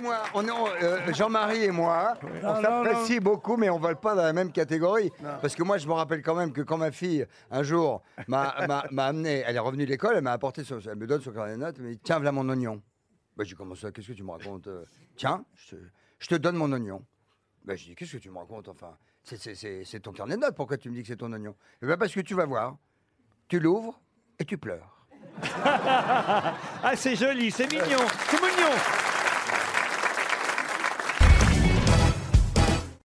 moi, Jean-Marie et moi, on Non, s'apprécie beaucoup, mais on ne vole pas dans la même catégorie. Parce que moi, je me rappelle quand même que quand ma fille, un jour, m'a amené, elle est revenue de l'école, elle m'a apporté, elle me donne son carnet de notes, elle me dit, tiens, voilà mon oignon. Ben, j'ai commencé à, qu'est-ce que tu me racontes? Tiens, je te donne mon oignon. Ben, je dis, qu'est-ce que tu me racontes? Enfin, c'est ton carnet de notes, pourquoi tu me dis que c'est ton oignon? Eh ben, parce que tu vas voir, tu l'ouvres et tu pleures. Ah, c'est joli, c'est mignon, c'est mignon.